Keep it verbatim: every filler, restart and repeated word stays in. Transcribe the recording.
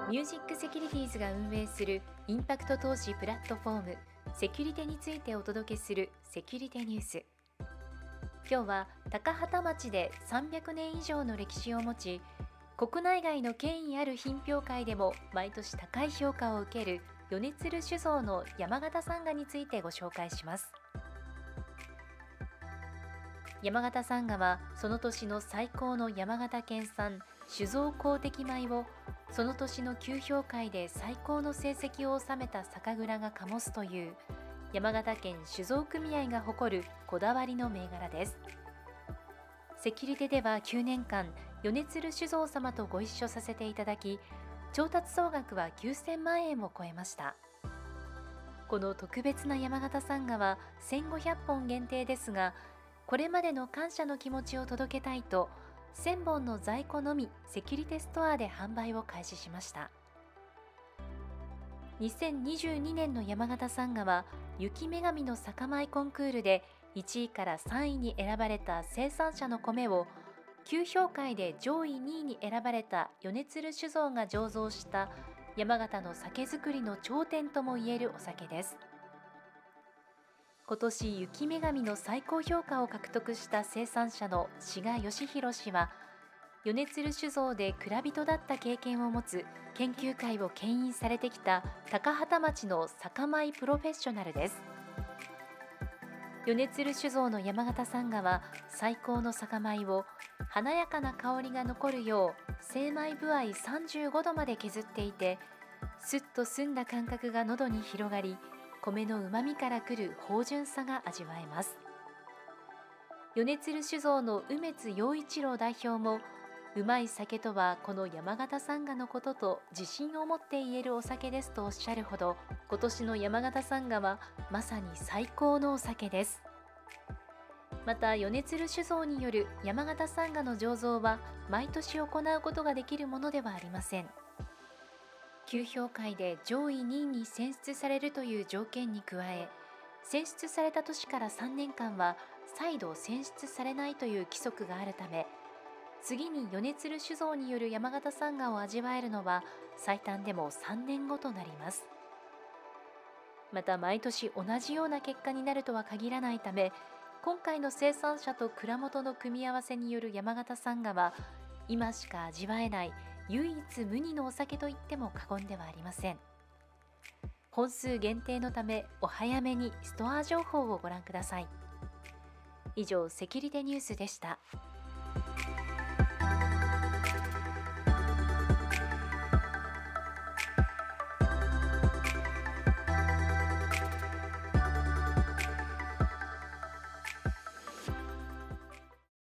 ミュージックセキュリティーズが運営するインパクト投資プラットフォームセキュリテについてお届けするセキュリテニュース。今日は高畠町でさんびゃくねん以上の歴史を持ち、国内外の権威ある品評会でも毎年高い評価を受ける米鶴酒造の山形サンガについてご紹介します。山形サンガはその年の最高の山形県産酒造公的米をその年の級評会で最高の成績を収めた酒蔵が醸すという山形県酒造組合が誇るこだわりの銘柄です。セキュリテではきゅうねんかん米鶴酒造様とご一緒させていただき、調達総額はきゅうせんまんえんを超えました。この特別な山形サンガはせんごひゃっぽん限定ですが、これまでの感謝の気持ちを届けたいとせんぼんの在庫のみセキュリテストアで販売を開始しました。にせんにじゅうにねんの山形サンガは雪女神の酒米コンクールでいちいからさんいに選ばれた生産者の米を級評会で上位にいに選ばれた米鶴酒造が醸造した山形の酒造りの頂点ともいえるお酒です。今年雪女神の最高評価を獲得した生産者の志賀義弘氏は、米鶴酒造で蔵人だった経験を持つ研究会を牽引されてきた高畠町の酒米プロフェッショナルです。米鶴酒造の山形サンガは最高の酒米を華やかな香りが残るよう精米部合さんじゅうごどまで削っていて、すっと澄んだ感覚が喉に広がり、米のうまみからくる芳醇さが味わえます。米鶴酒造の梅津陽一郎代表も、うまい酒とはこの山形サンガのことと自信を持って言えるお酒ですとおっしゃるほど、今年の山形サンガはまさに最高のお酒です。また米鶴酒造による山形サンガの醸造は毎年行うことができるものではありません。級評会で上位にいに選出されるという条件に加え、選出された年からさんねんかんは再度選出されないという規則があるため、次に米鶴酒造による山形サンガを味わえるのは最短でもさんねんごとなります。また毎年同じような結果になるとは限らないため、今回の生産者と蔵元の組み合わせによる山形サンガは今しか味わえない唯一無二のお酒と言っても過言ではありません。本数限定のためお早めにストア情報をご覧ください。以上、セキュリテニュースでした。